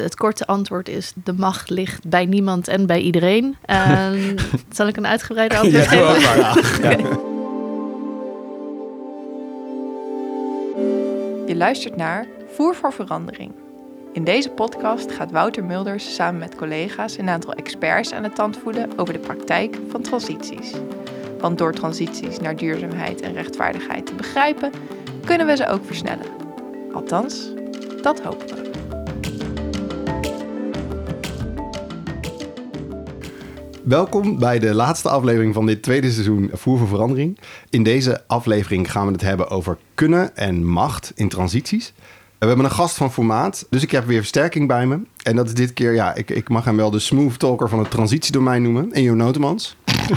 Het korte antwoord is: de macht ligt bij niemand en bij iedereen. Zal ik een uitgebreide antwoord geven? Ja. Je luistert naar Voer voor Verandering. In deze podcast gaat Wouter Mulders samen met collega's een aantal experts aan de tand voelen over de praktijk van transities. Want door transities naar duurzaamheid en rechtvaardigheid te begrijpen, kunnen we ze ook versnellen. Althans, dat hopen we. Welkom bij de laatste aflevering van dit tweede seizoen Voer voor Verandering. In deze aflevering gaan we het hebben over kunnen en macht in transities. We hebben een gast van formaat, dus ik heb weer versterking bij me. En dat is dit keer, ik mag hem wel de smooth talker van het transitiedomein noemen. En Jo Notemans.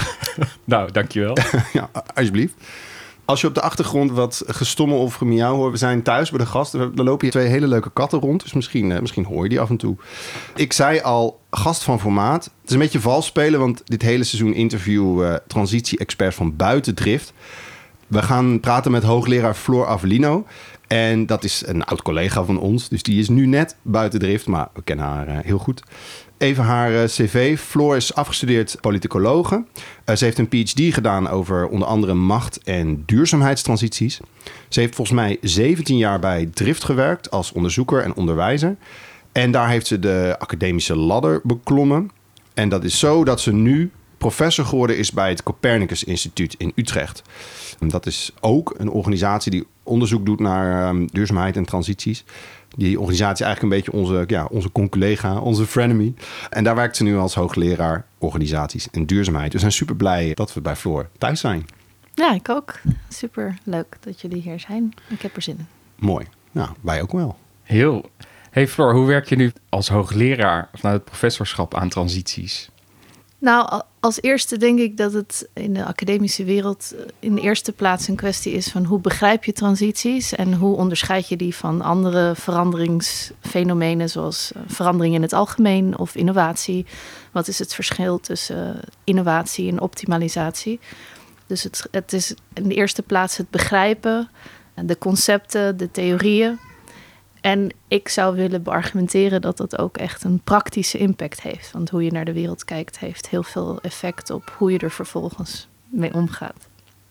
Nou, dankjewel. Ja, alsjeblieft. Als je op de achtergrond wat gestommel of gemiauw hoort, we zijn thuis bij de gast. Er lopen hier 2 hele leuke katten rond, dus misschien hoor je die af en toe. Ik zei al, gast van formaat. Het is een beetje vals spelen, want dit hele seizoen interviewen transitie-experts van buiten Drift. We gaan praten met hoogleraar Floor Avelino. En dat is een oud collega van ons, dus die is nu net buiten Drift, maar we kennen haar heel goed. Even haar cv. Floor is afgestudeerd politicologe. Ze heeft een PhD gedaan over onder andere macht- en duurzaamheidstransities. Ze heeft volgens mij 17 jaar bij Drift gewerkt als onderzoeker en onderwijzer. En daar heeft ze de academische ladder beklommen. En dat is zo dat ze nu professor geworden is bij het Copernicus Instituut in Utrecht. En dat is ook een organisatie die onderzoek doet naar duurzaamheid en transities. Die organisatie is eigenlijk een beetje onze conculega, onze frenemy. En daar werkt ze nu als hoogleraar organisaties en duurzaamheid. We zijn super blij dat we bij Floor thuis zijn. Ja, ik ook. Super leuk dat jullie hier zijn. Ik heb er zin in. Mooi. Nou, wij ook wel. Heel. Hey Floor, hoe werk je nu als hoogleraar vanuit het professorschap aan transities? Nou, als eerste denk ik dat het in de academische wereld in de eerste plaats een kwestie is van hoe begrijp je transities en hoe onderscheid je die van andere veranderingsfenomenen zoals verandering in het algemeen of innovatie. Wat is het verschil tussen innovatie en optimalisatie? Dus het is in de eerste plaats het begrijpen, de concepten, de theorieën. En ik zou willen beargumenteren dat dat ook echt een praktische impact heeft. Want hoe je naar de wereld kijkt heeft heel veel effect op hoe je er vervolgens mee omgaat.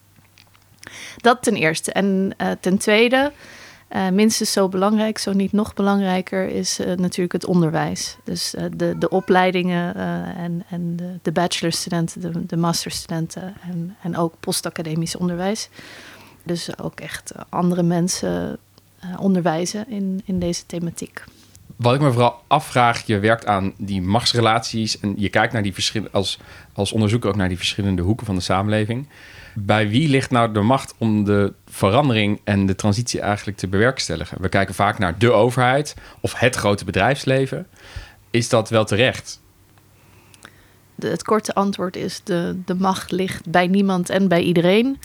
Dat ten eerste. En ten tweede, minstens zo belangrijk, zo niet nog belangrijker, is natuurlijk het onderwijs. Dus de opleidingen en de bachelorstudenten, de masterstudenten en ook postacademisch onderwijs. Dus ook echt andere mensen onderwijzen in deze thematiek. Wat ik me vooral afvraag, je werkt aan die machtsrelaties en je kijkt naar die als onderzoeker ook naar die verschillende hoeken van de samenleving. Bij wie ligt nou de macht om de verandering en de transitie eigenlijk te bewerkstelligen? We kijken vaak naar de overheid of het grote bedrijfsleven. Is dat wel terecht? Het korte antwoord is: de macht ligt bij niemand en bij iedereen.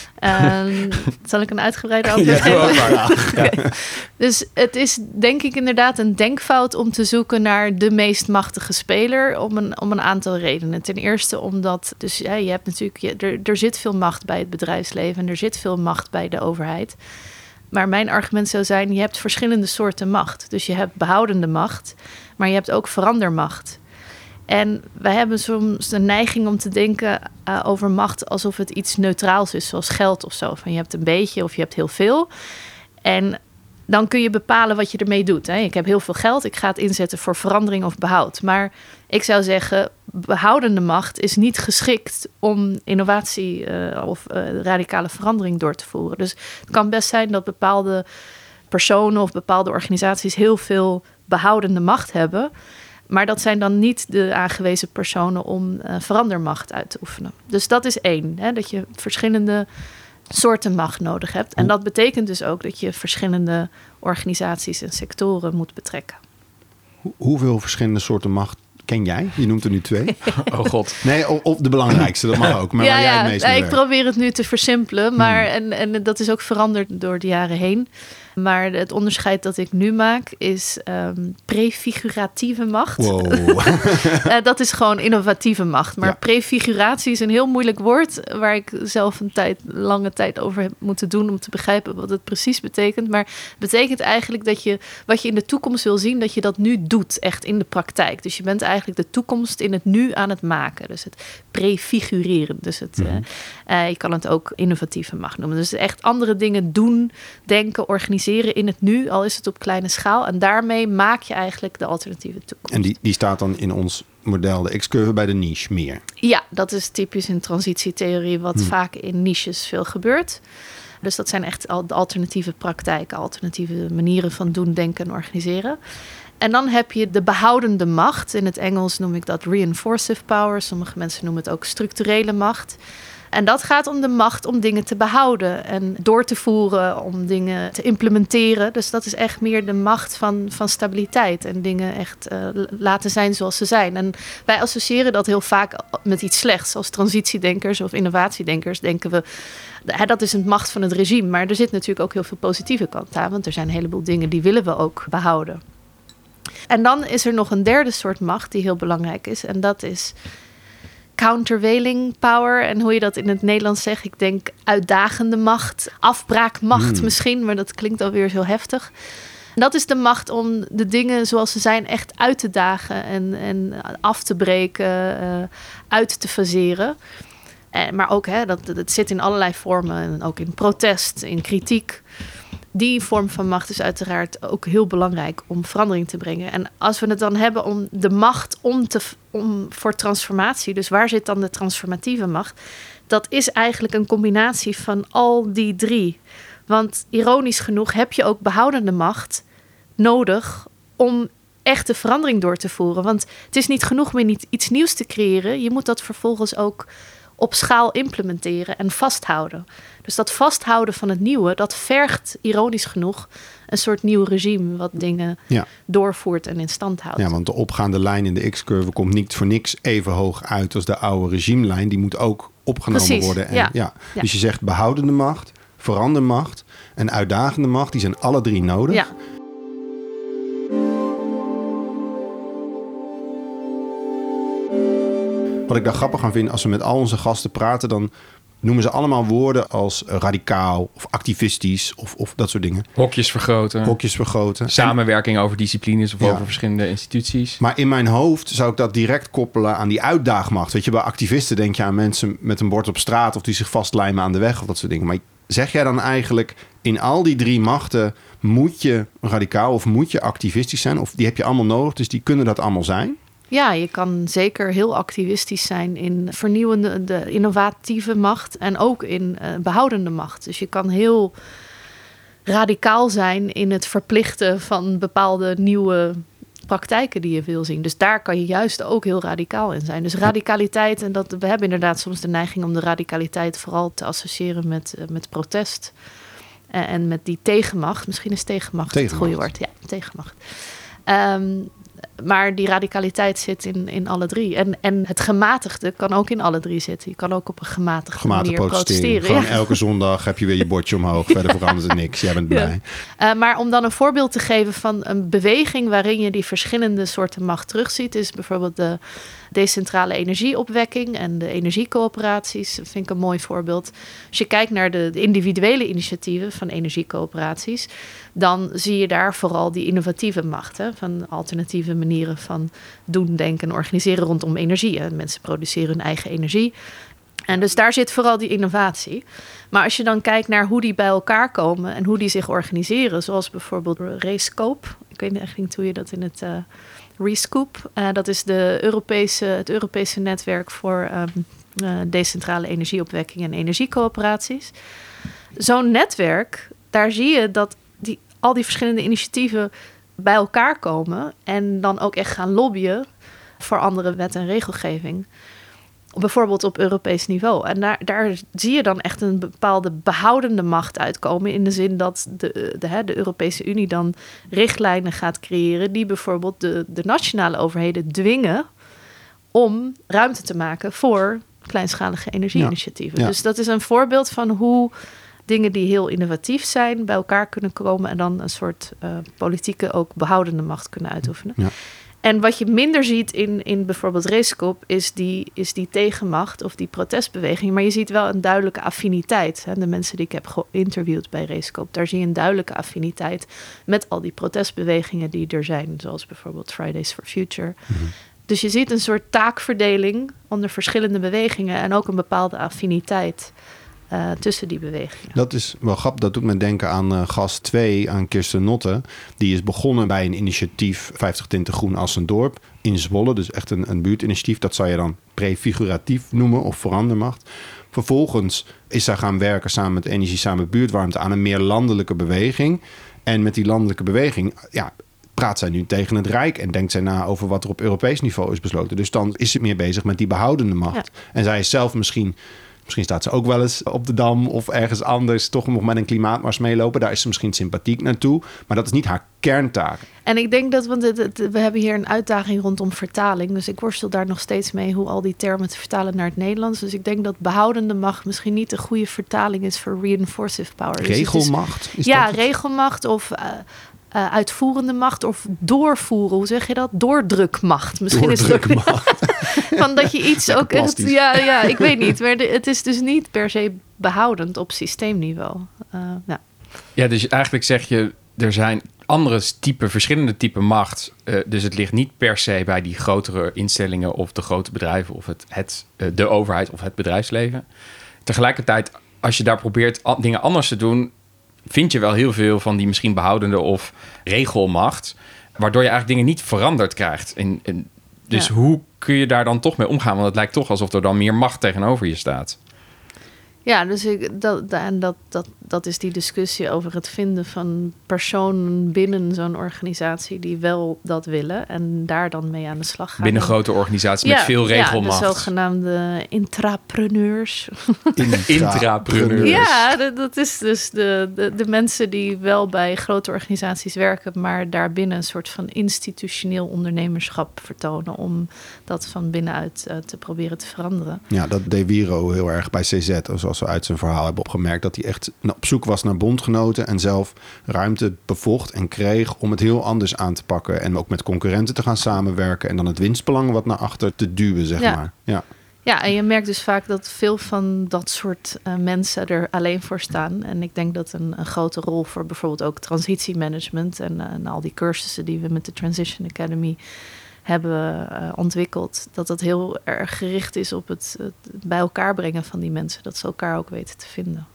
Zal ik een uitgebreide antwoord geven? Ja. Okay. Dus het is denk ik inderdaad een denkfout om te zoeken naar de meest machtige speler om een aantal redenen. Ten eerste omdat je hebt natuurlijk er zit veel macht bij het bedrijfsleven en er zit veel macht bij de overheid. Maar mijn argument zou zijn: je hebt verschillende soorten macht. Dus je hebt behoudende macht, maar je hebt ook verandermacht. En wij hebben soms de neiging om te denken over macht alsof het iets neutraals is, zoals geld of zo. Van je hebt een beetje of je hebt heel veel. En dan kun je bepalen wat je ermee doet. Hè. Ik heb heel veel geld, ik ga het inzetten voor verandering of behoud. Maar ik zou zeggen, behoudende macht is niet geschikt om innovatie of radicale verandering door te voeren. Dus het kan best zijn dat bepaalde personen of bepaalde organisaties heel veel behoudende macht hebben. Maar dat zijn dan niet de aangewezen personen om verandermacht uit te oefenen. Dus dat is 1, hè, dat je verschillende soorten macht nodig hebt. En dat betekent dus ook dat je verschillende organisaties en sectoren moet betrekken. Hoeveel verschillende soorten macht ken jij? Je noemt er nu 2. Oh god. Nee, of de belangrijkste, dat mag ook. Maar waar jij het meest mee ik werkt. probeer het nu te versimpelen. Maar en dat is ook veranderd door de jaren heen. Maar het onderscheid dat ik nu maak is prefiguratieve macht. Wow. Dat is gewoon innovatieve macht. Maar prefiguratie is een heel moeilijk woord waar ik zelf een lange tijd over heb moeten doen om te begrijpen wat het precies betekent. Maar het betekent eigenlijk dat je wat je in de toekomst wil zien, dat je dat nu doet, echt in de praktijk. Dus je bent eigenlijk de toekomst in het nu aan het maken. Dus het prefigureren. Dus je kan het ook innovatieve macht noemen. Dus echt andere dingen doen, denken, organiseren in het nu, al is het op kleine schaal. En daarmee maak je eigenlijk de alternatieve toekomst. En die staat dan in ons model, de X-curve, bij de niche meer? Ja, dat is typisch in transitietheorie, wat vaak in niches veel gebeurt. Dus dat zijn echt de alternatieve praktijken, alternatieve manieren van doen, denken en organiseren. En dan heb je de behoudende macht. In het Engels noem ik dat reinforcive power. Sommige mensen noemen het ook structurele macht. En dat gaat om de macht om dingen te behouden en door te voeren, om dingen te implementeren. Dus dat is echt meer de macht van stabiliteit en dingen echt laten zijn zoals ze zijn. En wij associëren dat heel vaak met iets slechts. Als transitiedenkers of innovatiedenkers denken we, dat is een macht van het regime. Maar er zit natuurlijk ook heel veel positieve kant aan, want er zijn een heleboel dingen die willen we ook behouden. En dan is er nog een derde soort macht die heel belangrijk is. En dat is countervailing power. En hoe je dat in het Nederlands zegt. Ik denk uitdagende macht. Afbraakmacht misschien. Maar dat klinkt alweer zo heftig. En dat is de macht om de dingen zoals ze zijn echt uit te dagen. En af te breken. Uit te faseren. Maar ook, dat zit in allerlei vormen. En ook in protest, in kritiek. Die vorm van macht is uiteraard ook heel belangrijk om verandering te brengen. En als we het dan hebben om de macht voor transformatie, dus waar zit dan de transformatieve macht? Dat is eigenlijk een combinatie van al die drie. Want ironisch genoeg heb je ook behoudende macht nodig om echte verandering door te voeren. Want het is niet genoeg om iets nieuws te creëren. Je moet dat vervolgens ook op schaal implementeren en vasthouden. Dus dat vasthouden van het nieuwe, dat vergt ironisch genoeg een soort nieuw regime wat dingen doorvoert en in stand houdt. Ja, want de opgaande lijn in de X-curve komt niet voor niks even hoog uit als de oude regimelijn. Die moet ook opgenomen worden. En, Dus je zegt behoudende macht, verandermacht en uitdagende macht, die zijn alle drie nodig. Ja. Wat ik daar grappig aan vind, als we met al onze gasten praten, dan noemen ze allemaal woorden als radicaal of activistisch of dat soort dingen. Hokjes vergroten. Samenwerking over disciplines of over verschillende instituties. Maar in mijn hoofd zou ik dat direct koppelen aan die uitdaagmacht. Weet je, bij activisten denk je aan mensen met een bord op straat of die zich vastlijmen aan de weg of dat soort dingen. Maar zeg jij dan eigenlijk, in al die drie machten moet je radicaal of moet je activistisch zijn? Of die heb je allemaal nodig, dus die kunnen dat allemaal zijn? Ja, je kan zeker heel activistisch zijn in vernieuwende, de innovatieve macht en ook in behoudende macht. Dus je kan heel radicaal zijn in het verplichten van bepaalde nieuwe praktijken die je wil zien. Dus daar kan je juist ook heel radicaal in zijn. Dus radicaliteit, en we hebben inderdaad soms de neiging om de radicaliteit vooral te associëren met protest en met die tegenmacht. Misschien is tegenmacht het goede woord. Ja, tegenmacht. Maar die radicaliteit zit in alle drie. En het gematigde kan ook in alle drie zitten. Je kan ook op een gematigde manier protesteren. Gewoon elke zondag heb je weer je bordje omhoog. Verder verandert er niks. Jij bent blij. Maar om dan een voorbeeld te geven van een beweging waarin je die verschillende soorten macht terugziet, is bijvoorbeeld de decentrale energieopwekking en de energiecoöperaties. Dat vind ik een mooi voorbeeld. Als je kijkt naar de individuele initiatieven van energiecoöperaties, dan zie je daar vooral die innovatieve macht, van alternatieve manieren van doen, denken en organiseren rondom energie. Mensen produceren hun eigen energie. En dus daar zit vooral die innovatie. Maar als je dan kijkt naar hoe die bij elkaar komen en hoe die zich organiseren, zoals bijvoorbeeld Rescope. Ik weet eigenlijk niet hoe je dat in het Rescoop. Dat is het Europese netwerk voor decentrale energieopwekking en energiecoöperaties. Zo'n netwerk, daar zie je dat al die verschillende initiatieven bij elkaar komen en dan ook echt gaan lobbyen voor andere wet en regelgeving. Bijvoorbeeld op Europees niveau. En daar zie je dan echt een bepaalde behoudende macht uitkomen, in de zin dat de Europese Unie dan richtlijnen gaat creëren die bijvoorbeeld de nationale overheden dwingen om ruimte te maken voor kleinschalige energieinitiatieven. Ja. Dus dat is een voorbeeld van hoe dingen die heel innovatief zijn bij elkaar kunnen komen en dan een soort politieke, ook behoudende macht kunnen uitoefenen. Ja. En wat je minder ziet in bijvoorbeeld Racecop is die tegenmacht of die protestbeweging. Maar je ziet wel een duidelijke affiniteit. Hè? De mensen die ik heb geïnterviewd bij Racecop, daar zie je een duidelijke affiniteit met al die protestbewegingen die er zijn. Zoals bijvoorbeeld Fridays for Future. Mm-hmm. Dus je ziet een soort taakverdeling onder verschillende bewegingen en ook een bepaalde affiniteit tussen die bewegingen. Dat is wel grappig. Dat doet me denken aan gast 2, aan Kirsten Notte. Die is begonnen bij een initiatief 50 Tinten Groen Assendorp in Zwolle. Dus echt een buurtinitiatief. Dat zou je dan prefiguratief noemen of verandermacht. Vervolgens is zij gaan werken samen met Energie, samen Buurtwarmte aan een meer landelijke beweging. En met die landelijke beweging, praat zij nu tegen het Rijk en denkt zij na over wat er op Europees niveau is besloten. Dus dan is ze meer bezig met die behoudende macht. Ja. En zij is zelf misschien staat ze ook wel eens op de Dam of ergens anders toch nog met een klimaatmars meelopen. Daar is ze misschien sympathiek naartoe, maar dat is niet haar kerntaak. En ik denk dat, want we hebben hier een uitdaging rondom vertaling. Dus ik worstel daar nog steeds mee hoe al die termen te vertalen naar het Nederlands. Dus ik denk dat behoudende macht misschien niet de goede vertaling is voor reinforcive power. Regelmacht? Dus regelmacht of uitvoerende macht of doorvoeren. Hoe zeg je dat? Doordrukmacht. Misschien is het van dat je iets ook echt... Ja, ik weet niet. Maar het is dus niet per se behoudend op systeemniveau. Ja, dus eigenlijk zeg je, er zijn verschillende typen macht. Dus het ligt niet per se bij die grotere instellingen of de grote bedrijven of de overheid of het bedrijfsleven. Tegelijkertijd, als je daar probeert dingen anders te doen, vind je wel heel veel van die misschien behoudende of regelmacht, waardoor je eigenlijk dingen niet veranderd krijgt. Dus hoe kun je daar dan toch mee omgaan? Want het lijkt toch alsof er dan meer macht tegenover je staat. Ja, dus dat is die discussie over het vinden van personen binnen zo'n organisatie die wel dat willen en daar dan mee aan de slag gaan. Binnen grote organisaties met veel regelmacht. Ja, de zogenaamde intrapreneurs. Intrapreneurs. Ja, dat is dus de mensen die wel bij grote organisaties werken, maar daarbinnen een soort van institutioneel ondernemerschap vertonen om dat van binnenuit te proberen te veranderen. Ja, dat deed Wiro heel erg bij CZ, zoals we uit zijn verhaal hebben opgemerkt, dat hij echt op zoek was naar bondgenoten en zelf ruimte bevocht en kreeg om het heel anders aan te pakken en ook met concurrenten te gaan samenwerken en dan het winstbelang wat naar achter te duwen, zeg maar. Ja, en je merkt dus vaak dat veel van dat soort mensen er alleen voor staan. En ik denk dat een grote rol voor bijvoorbeeld ook transitiemanagement en al die cursussen die we met de Transition Academy hebben ontwikkeld, dat heel erg gericht is op het bij elkaar brengen van die mensen. Dat ze elkaar ook weten te vinden.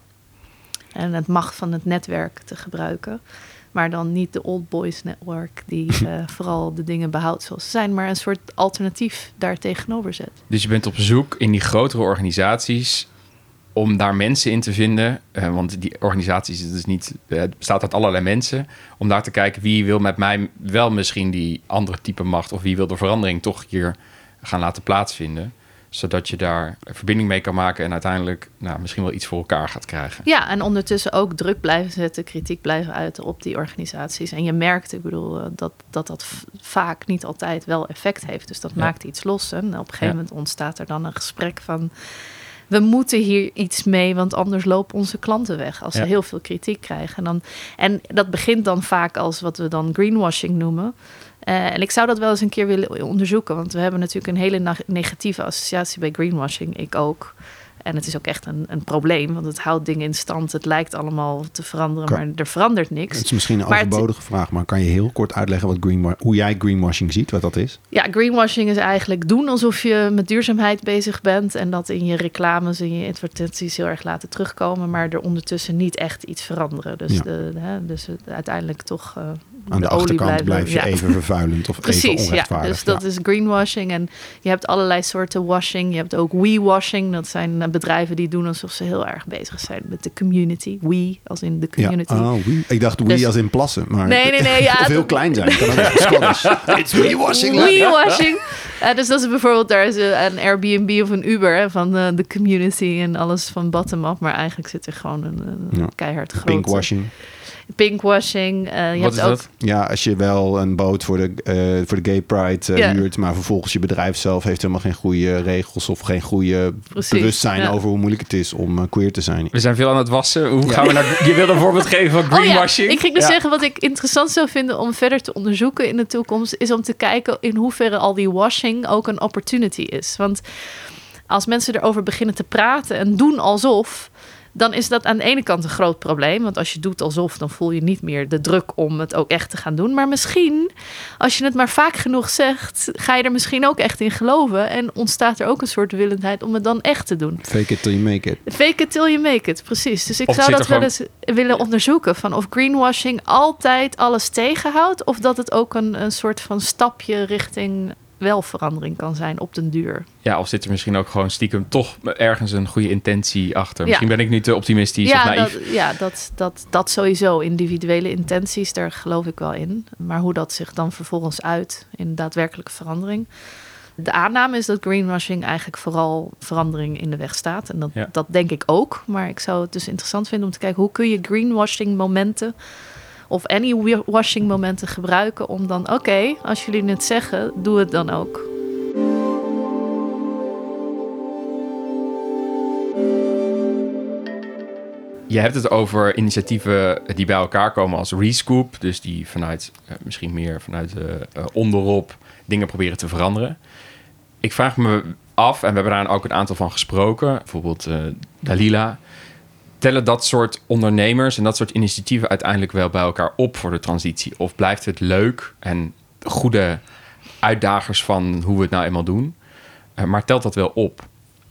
En het macht van het netwerk te gebruiken. Maar dan niet de old boys network die vooral de dingen behoudt zoals ze zijn, maar een soort alternatief daar tegenover zet. Dus je bent op zoek in die grotere organisaties om daar mensen in te vinden. Want die organisaties is dus niet, bestaat uit allerlei mensen. Om daar te kijken wie wil met mij wel misschien die andere type macht, of wie wil de verandering toch hier gaan laten plaatsvinden. Zodat je daar verbinding mee kan maken en uiteindelijk misschien wel iets voor elkaar gaat krijgen. Ja, en ondertussen ook druk blijven zetten, kritiek blijven uiten op die organisaties. En je merkt, dat vaak niet altijd wel effect heeft. Dus dat maakt iets los. En op een gegeven moment ontstaat er dan een gesprek van, we moeten hier iets mee, want anders lopen onze klanten weg als ze heel veel kritiek krijgen. En dat begint dan vaak als wat we dan greenwashing noemen. En ik zou dat wel eens een keer willen onderzoeken, want we hebben natuurlijk een hele negatieve associatie bij greenwashing. Ik ook. En het is ook echt een probleem, want het houdt dingen in stand. Het lijkt allemaal te veranderen, maar er verandert niks. Het is misschien een overbodige vraag, maar kan je heel kort uitleggen hoe jij greenwashing ziet, wat dat is? Ja, greenwashing is eigenlijk doen alsof je met duurzaamheid bezig bent en dat in je reclames en je advertenties heel erg laten terugkomen, maar er ondertussen niet echt iets veranderen. Dus uiteindelijk toch aan de achterkant blijf je even vervuilend of even onrechtvaardig. Ja, dus dat is greenwashing. En je hebt allerlei soorten washing. Je hebt ook we-washing. Dat zijn bedrijven die doen alsof ze heel erg bezig zijn met de community. We, als in de community. Ja, we. Ik dacht we als in plassen. Maar nee. Ja, of heel klein zijn. Kan ook Scottish. It's we-washing. We-washing. Dus dat is bijvoorbeeld, daar is een Airbnb of een Uber van de community en alles van bottom-up. Maar eigenlijk zit er gewoon een keihard grote... Pinkwashing. Pinkwashing. Wat is dat? Ja, als je wel een boot voor de Gay Pride huurt, maar vervolgens je bedrijf zelf heeft helemaal geen goede regels of geen goede bewustzijn over hoe moeilijk het is om queer te zijn. We zijn veel aan het wassen. Hoe gaan we naar... Je wilde een voorbeeld geven van greenwashing? Ik ging dus zeggen, wat ik interessant zou vinden om verder te onderzoeken in de toekomst, is om te kijken in hoeverre al die washing ook een opportunity is. Want als mensen erover beginnen te praten en doen alsof, dan is dat aan de ene kant een groot probleem. Want als je doet alsof, dan voel je niet meer de druk om het ook echt te gaan doen. Maar misschien, als je het maar vaak genoeg zegt, ga je er misschien ook echt in geloven. En ontstaat er ook een soort willendheid om het dan echt te doen. Fake it till you make it. Fake it till you make it, precies. Dus ik zou dat wel eens willen onderzoeken. Van of greenwashing altijd alles tegenhoudt, of dat het ook een soort van stapje richting wel verandering kan zijn op den duur. Ja, of zit er misschien ook gewoon stiekem toch ergens een goede intentie achter? Misschien ben ik nu te optimistisch of naïef. Dat sowieso. Individuele intenties, daar geloof ik wel in. Maar hoe dat zich dan vervolgens uit in daadwerkelijke verandering. De aanname is dat greenwashing eigenlijk vooral verandering in de weg staat. En dat denk ik ook. Maar ik zou het dus interessant vinden om te kijken, hoe kun je greenwashing momenten of any washing momenten gebruiken om dan, oké, als jullie het zeggen, doe het dan ook. Je hebt het over initiatieven die bij elkaar komen als Rescoop. Dus die misschien meer vanuit onderop dingen proberen te veranderen. Ik vraag me af, en we hebben daar ook een aantal van gesproken. Bijvoorbeeld Dalila. Tellen dat soort ondernemers en dat soort initiatieven uiteindelijk wel bij elkaar op voor de transitie? Of blijft het leuk en goede uitdagers van hoe we het nou eenmaal doen? Maar telt dat wel op?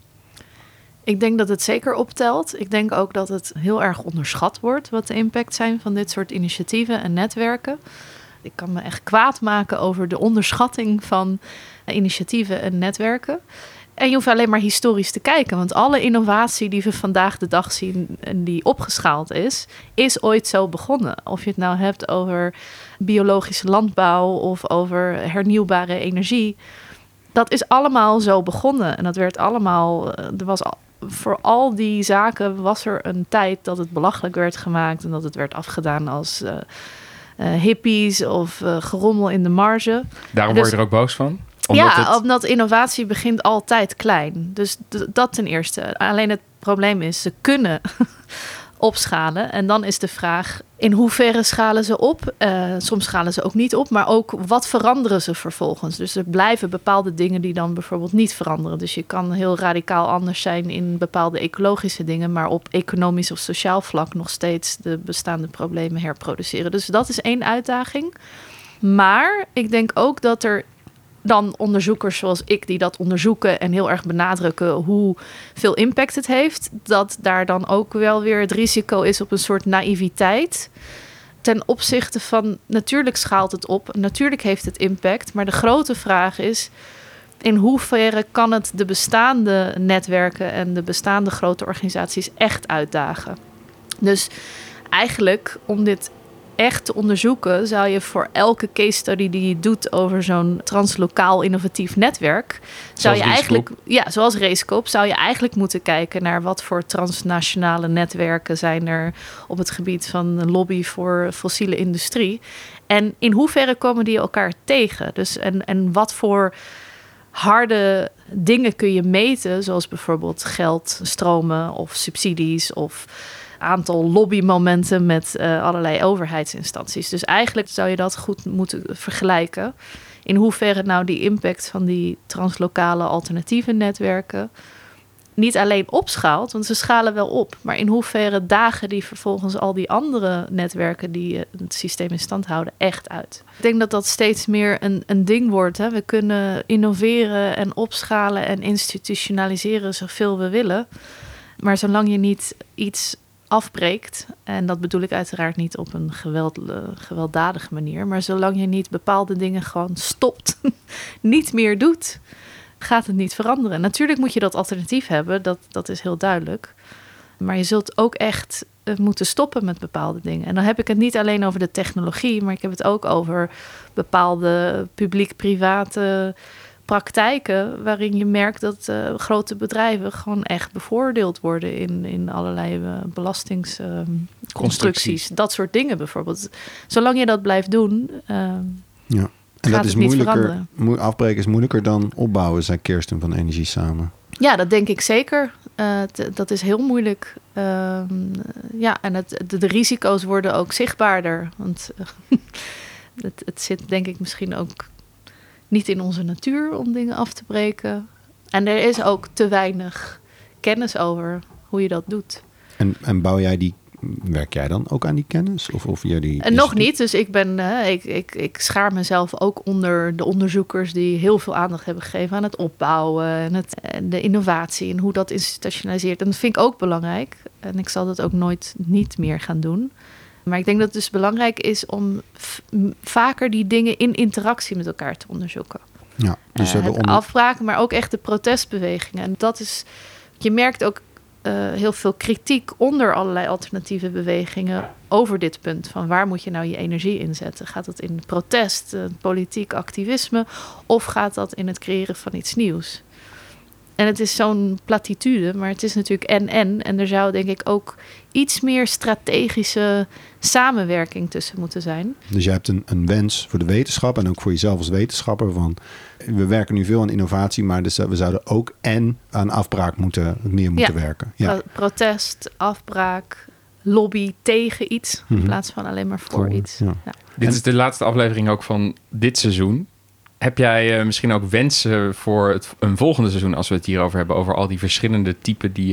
Ik denk dat het zeker optelt. Ik denk ook dat het heel erg onderschat wordt wat de impact zijn van dit soort initiatieven en netwerken. Ik kan me echt kwaad maken over de onderschatting van initiatieven en netwerken. En je hoeft alleen maar historisch te kijken. Want alle innovatie die we vandaag de dag zien en die opgeschaald is ooit zo begonnen. Of je het nou hebt over biologische landbouw of over hernieuwbare energie. Dat is allemaal zo begonnen. En dat werd allemaal. Voor al die zaken was er een tijd dat het belachelijk werd gemaakt. En dat het werd afgedaan als hippies of gerommel in de marge. Daarom word je er ook boos van? Omdat innovatie begint altijd klein. Dus dat ten eerste. Alleen het probleem is, ze kunnen opschalen. En dan is de vraag, in hoeverre schalen ze op? Soms schalen ze ook niet op, maar ook wat veranderen ze vervolgens? Dus er blijven bepaalde dingen die dan bijvoorbeeld niet veranderen. Dus je kan heel radicaal anders zijn in bepaalde ecologische dingen, maar op economisch of sociaal vlak nog steeds de bestaande problemen herproduceren. Dus dat is één uitdaging. Maar ik denk ook dat er dan onderzoekers zoals ik die dat onderzoeken en heel erg benadrukken hoeveel impact het heeft, dat daar dan ook wel weer het risico is op een soort naïviteit ten opzichte van, natuurlijk schaalt het op, natuurlijk heeft het impact, maar de grote vraag is, in hoeverre kan het de bestaande netwerken en de bestaande grote organisaties echt uitdagen? Dus eigenlijk, om dit echt te onderzoeken, zou je voor elke case study die je doet over zo'n translokaal innovatief netwerk, zou je eigenlijk, zoals Rescoop, zou je eigenlijk moeten kijken naar wat voor transnationale netwerken zijn er op het gebied van lobby voor fossiele industrie. En in hoeverre komen die elkaar tegen? Dus en wat voor harde dingen kun je meten, zoals bijvoorbeeld geldstromen of subsidies of aantal lobbymomenten met allerlei overheidsinstanties. Dus eigenlijk zou je dat goed moeten vergelijken. In hoeverre nou die impact van die translokale alternatieve netwerken niet alleen opschaalt, want ze schalen wel op, maar in hoeverre dagen die vervolgens al die andere netwerken die het systeem in stand houden echt uit. Ik denk dat dat steeds meer een ding wordt. Hè? We kunnen innoveren en opschalen en institutionaliseren zoveel we willen, maar zolang je niet iets afbreekt, en dat bedoel ik uiteraard niet op een gewelddadige manier, maar zolang je niet bepaalde dingen gewoon stopt, niet meer doet, gaat het niet veranderen. Natuurlijk moet je dat alternatief hebben, dat is heel duidelijk. Maar je zult ook echt moeten stoppen met bepaalde dingen. En dan heb ik het niet alleen over de technologie, maar ik heb het ook over bepaalde publiek-private praktijken waarin je merkt dat grote bedrijven gewoon echt bevoordeeld worden in allerlei belastingsconstructies. Dat soort dingen bijvoorbeeld. Zolang je dat blijft doen, En gaat dat is het niet moeilijker. veranderen. Afbreken is moeilijker dan opbouwen, zei Kirsten van Energie Samen. Ja, dat denk ik zeker. Dat is heel moeilijk. En de risico's worden ook zichtbaarder. Want het zit denk ik misschien ook niet in onze natuur om dingen af te breken. En er is ook te weinig kennis over hoe je dat doet. En werk jij dan ook aan die kennis? Of jullie Nog niet, dus ik schaar mezelf ook onder de onderzoekers die heel veel aandacht hebben gegeven aan het opbouwen en de innovatie en hoe dat institutionaliseert. En dat vind ik ook belangrijk. En ik zal dat ook nooit niet meer gaan doen. Maar ik denk dat het dus belangrijk is om vaker die dingen in interactie met elkaar te onderzoeken. Ja, dus het afbraken, maar ook echt de protestbewegingen. En dat is, je merkt ook heel veel kritiek onder allerlei alternatieve bewegingen over dit punt. Van waar moet je nou je energie inzetten? Gaat dat in protest, politiek activisme, of gaat dat in het creëren van iets nieuws? En het is zo'n platitude, maar het is natuurlijk en. En er zou denk ik ook iets meer strategische samenwerking tussen moeten zijn. Dus jij hebt een wens voor de wetenschap en ook voor jezelf als wetenschapper van we werken nu veel aan innovatie, maar dus we zouden ook aan afbraak moeten werken. Ja. Protest, afbraak, lobby tegen iets in plaats van alleen maar voor iets. Ja. Ja. Dit is de laatste aflevering ook van dit seizoen. Heb jij misschien ook wensen voor een volgende seizoen als we het hierover hebben, over al die verschillende typen die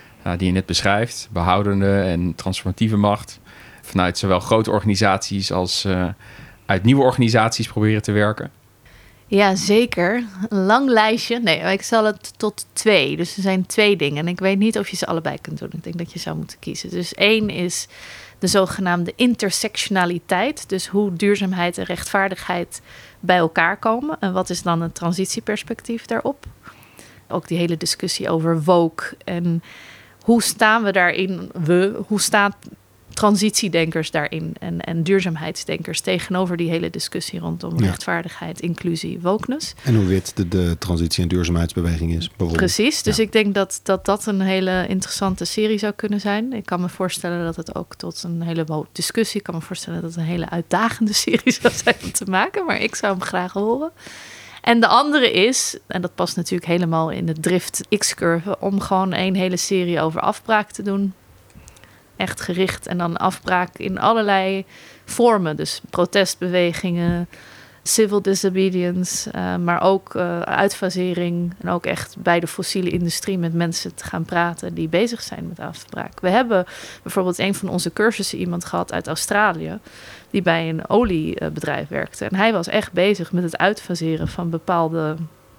je net beschrijft, behoudende en transformatieve macht, vanuit zowel grote organisaties als uit nieuwe organisaties proberen te werken? Ja, zeker. Een lang lijstje. Nee, ik zal het tot 2. Dus er zijn 2 dingen. En ik weet niet of je ze allebei kunt doen. Ik denk dat je zou moeten kiezen. Dus 1 is de zogenaamde intersectionaliteit. Dus hoe duurzaamheid en rechtvaardigheid bij elkaar komen. En wat is dan een transitieperspectief daarop? Ook die hele discussie over woke. En hoe staan we daarin? Hoe staan transitiedenkers daarin en duurzaamheidsdenkers tegenover die hele discussie rondom rechtvaardigheid, inclusie, wokeness. En hoe wit de transitie- en duurzaamheidsbeweging is bijvoorbeeld. Precies, dus ik denk dat een hele interessante serie zou kunnen zijn. Ik kan me voorstellen dat het ook tot een hele discussie, ik kan me voorstellen dat het een hele uitdagende serie zou zijn om te maken, maar ik zou hem graag horen. En de andere is, en dat past natuurlijk helemaal in de drift X-curve, om gewoon een hele serie over afbraak te doen. Echt gericht en dan afbraak in allerlei vormen. Dus protestbewegingen, civil disobedience, maar ook uitfasering. En ook echt bij de fossiele industrie met mensen te gaan praten die bezig zijn met afbraak. We hebben bijvoorbeeld een van onze cursussen iemand gehad uit Australië die bij een oliebedrijf werkte. En hij was echt bezig met het uitfaseren van bepaalde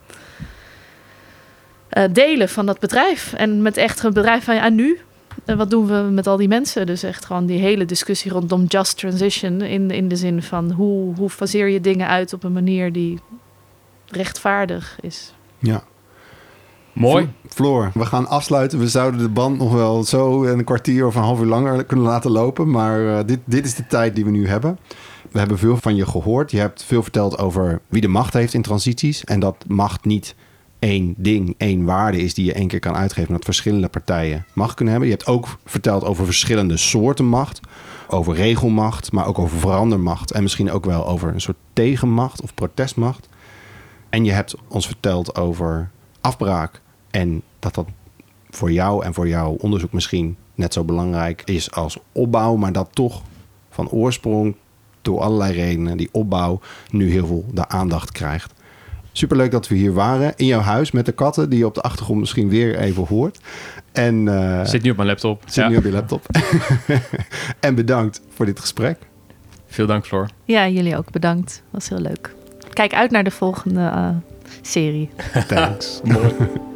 delen van dat bedrijf. En met echt een bedrijf van nu. En wat doen we met al die mensen? Dus echt gewoon die hele discussie rondom just transition. In de zin van hoe faseer je dingen uit op een manier die rechtvaardig is. Ja. Mooi. Floor, we gaan afsluiten. We zouden de band nog wel zo een kwartier of een half uur langer kunnen laten lopen. Maar dit is de tijd die we nu hebben. We hebben veel van je gehoord. Je hebt veel verteld over wie de macht heeft in transities. En dat macht niet één ding, één waarde is die je één keer kan uitgeven. Dat verschillende partijen macht kunnen hebben. Je hebt ook verteld over verschillende soorten macht. Over regelmacht, maar ook over verandermacht. En misschien ook wel over een soort tegenmacht of protestmacht. En je hebt ons verteld over afbraak. En dat voor jou en voor jouw onderzoek misschien net zo belangrijk is als opbouw. Maar dat toch van oorsprong, door allerlei redenen, die opbouw nu heel veel de aandacht krijgt. Superleuk dat we hier waren. In jouw huis met de katten, die je op de achtergrond misschien weer even hoort. En, zit nu op mijn laptop. Zit nu op je laptop. En bedankt voor dit gesprek. Veel dank, Floor. Ja, jullie ook bedankt. Was heel leuk. Kijk uit naar de volgende serie. Thanks. Mooi.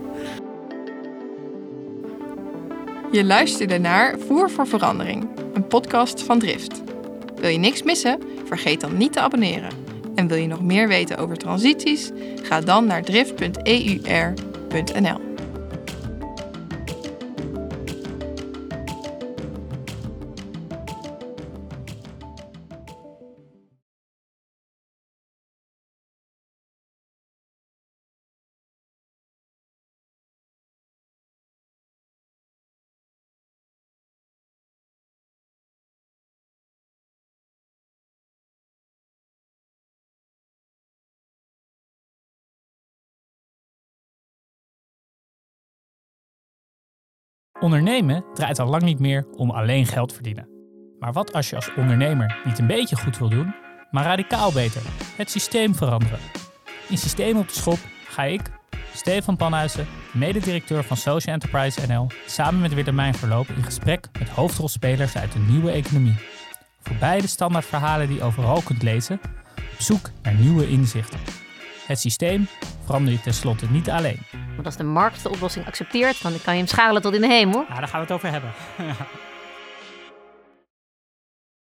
Je luisterde naar Voer voor Verandering, een podcast van Drift. Wil je niks missen? Vergeet dan niet te abonneren. En wil je nog meer weten over transities? Ga dan naar drift.eur.nl. Ondernemen draait al lang niet meer om alleen geld verdienen. Maar wat als je als ondernemer niet een beetje goed wil doen, maar radicaal beter? Het systeem veranderen. In Systeem op de Schop ga ik, Stefan Panhuizen, mededirecteur van Social Enterprise NL, samen met Willemijn Verloop in gesprek met hoofdrolspelers uit de nieuwe economie. Voorbij de standaard verhalen die je overal kunt lezen, op zoek naar nieuwe inzichten. Het systeem verander je tenslotte niet alleen. Want als de markt de oplossing accepteert, dan kan je hem schakelen tot in de hemel. Ja, daar gaan we het over hebben.